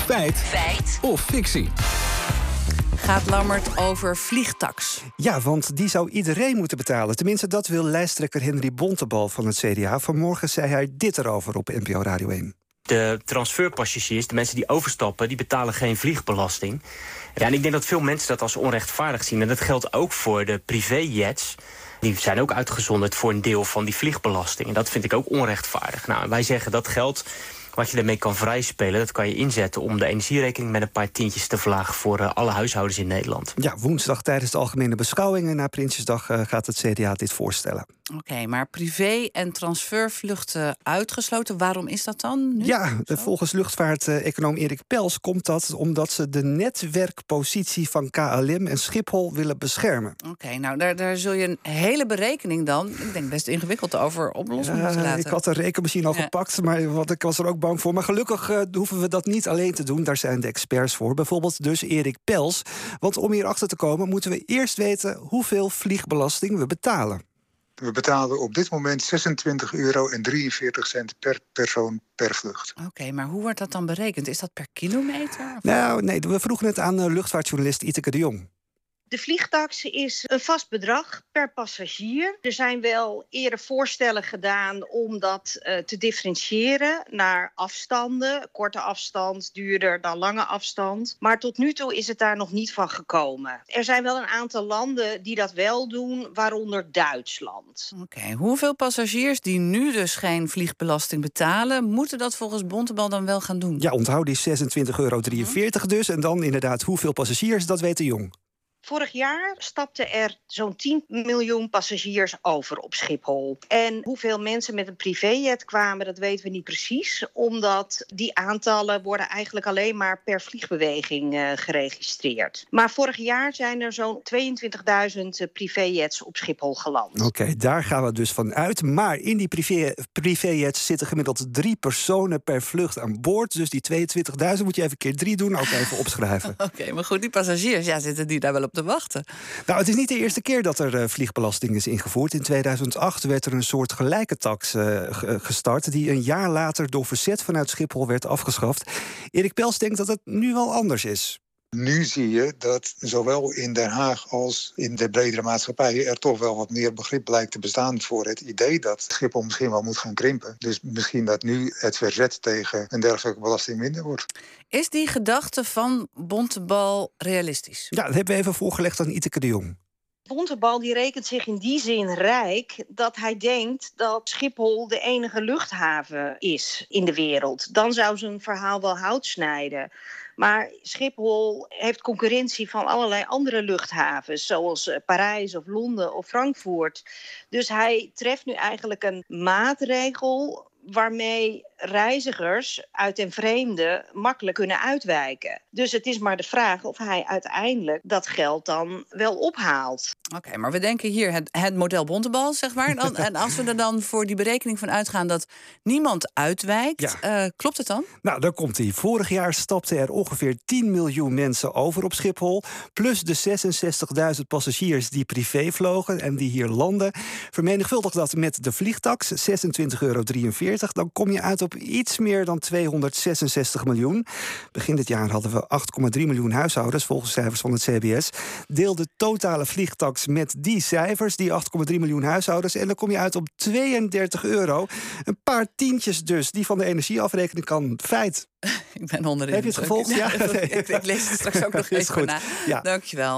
Feit of fictie? Gaat Lammert over vliegtax? Ja, want die zou iedereen moeten betalen. Tenminste, dat wil lijsttrekker Henry Bontebal van het CDA. Vanmorgen zei hij dit erover op NPO Radio 1. De transferpassagiers, de mensen die overstappen, die betalen geen vliegbelasting. Ja, en ik denk dat veel mensen dat als onrechtvaardig zien. En dat geldt ook voor de privéjets. Die zijn ook uitgezonderd voor een deel van die vliegbelasting. En dat vind ik ook onrechtvaardig. Nou, wij zeggen dat geld wat je ermee kan vrijspelen, dat kan je inzetten om de energierekening met een paar tientjes te verlagen voor alle huishoudens in Nederland. Ja, woensdag tijdens de algemene beschouwingen na Prinsjesdag gaat het CDA dit voorstellen. Oké, maar privé- en transfervluchten uitgesloten. Waarom is dat dan nu? Ja, volgens luchtvaarteconoom Erik Pels komt dat omdat ze de netwerkpositie van KLM en Schiphol willen beschermen. Oké, nou daar zul je een hele berekening dan, ik denk best ingewikkeld over oplossen moeten laten. Ik had de rekenmachine al gepakt, maar ik was er ook bang voor. Maar gelukkig hoeven we dat niet alleen te doen. Daar zijn de experts voor. Bijvoorbeeld dus Erik Pels. Want om hierachter te komen moeten we eerst weten hoeveel vliegbelasting we betalen. We betalen op dit moment €26,43 per persoon per vlucht. Oké, maar hoe wordt dat dan berekend? Is dat per kilometer? Nou, nee, we vroegen het aan luchtvaartjournalist Iteke de Jong. De vliegtax is een vast bedrag per passagier. Er zijn wel eerder voorstellen gedaan om dat te differentiëren naar afstanden. Korte afstand, duurder dan lange afstand. Maar tot nu toe is het daar nog niet van gekomen. Er zijn wel een aantal landen die dat wel doen, waaronder Duitsland. Oké, hoeveel passagiers die nu dus geen vliegbelasting betalen, moeten dat volgens Bontebal dan wel gaan doen? Ja, onthoud die €26,43 dus. En dan inderdaad hoeveel passagiers, dat weet de Jong. Vorig jaar stapten er zo'n 10 miljoen passagiers over op Schiphol. En hoeveel mensen met een privéjet kwamen, dat weten we niet precies. Omdat die aantallen worden eigenlijk alleen maar per vliegbeweging geregistreerd. Maar vorig jaar zijn er zo'n 22.000 privéjets op Schiphol geland. Oké, daar gaan we dus van uit. Maar in die privéjets zitten gemiddeld 3 personen per vlucht aan boord. Dus die 22.000 moet je even keer 3 doen, ook even opschrijven. Oké, maar goed, die passagiers, zitten die daar wel op te wachten? Nou, het is niet de eerste keer dat er vliegbelasting is ingevoerd. In 2008 werd er een soort gelijke tax gestart, die een jaar later door verzet vanuit Schiphol werd afgeschaft. Erik Pels denkt dat het nu wel anders is. Nu zie je dat zowel in Den Haag als in de bredere maatschappij er toch wel wat meer begrip blijkt te bestaan voor het idee dat Schiphol misschien wel moet gaan krimpen. Dus misschien dat nu het verzet tegen een dergelijke belasting minder wordt. Is die gedachte van Bontebal realistisch? Ja, dat hebben we even voorgelegd aan Iteke de Jong. Bontebal die rekent zich in die zin rijk dat hij denkt dat Schiphol de enige luchthaven is in de wereld. Dan zou zijn verhaal wel hout snijden. Maar Schiphol heeft concurrentie van allerlei andere luchthavens, zoals Parijs of Londen of Frankfurt. Dus hij treft nu eigenlijk een maatregel waarmee reizigers uit den vreemde makkelijk kunnen uitwijken. Dus het is maar de vraag of hij uiteindelijk dat geld dan wel ophaalt. Oké, maar we denken hier het model Bontebal, zeg maar. En als we er dan voor die berekening van uitgaan dat niemand uitwijkt, klopt het dan? Nou, daar komt hij. Vorig jaar stapten er ongeveer 10 miljoen mensen over op Schiphol, plus de 66.000 passagiers die privé vlogen en die hier landen. Vermenigvuldig dat met de vliegtax, €26,43, dan kom je uit op iets meer dan 266 miljoen. Begin dit jaar hadden we 8,3 miljoen huishoudens, volgens cijfers van het CBS. Deel de totale vliegtax met die cijfers, die 8,3 miljoen huishoudens, en dan kom je uit op €32. Een paar tientjes dus, die van de energieafrekening kan. Feit. Ik ben onderin. Heb je het gevolgd? Ja, ik lees het straks ook nog even na. Ja. Dankjewel.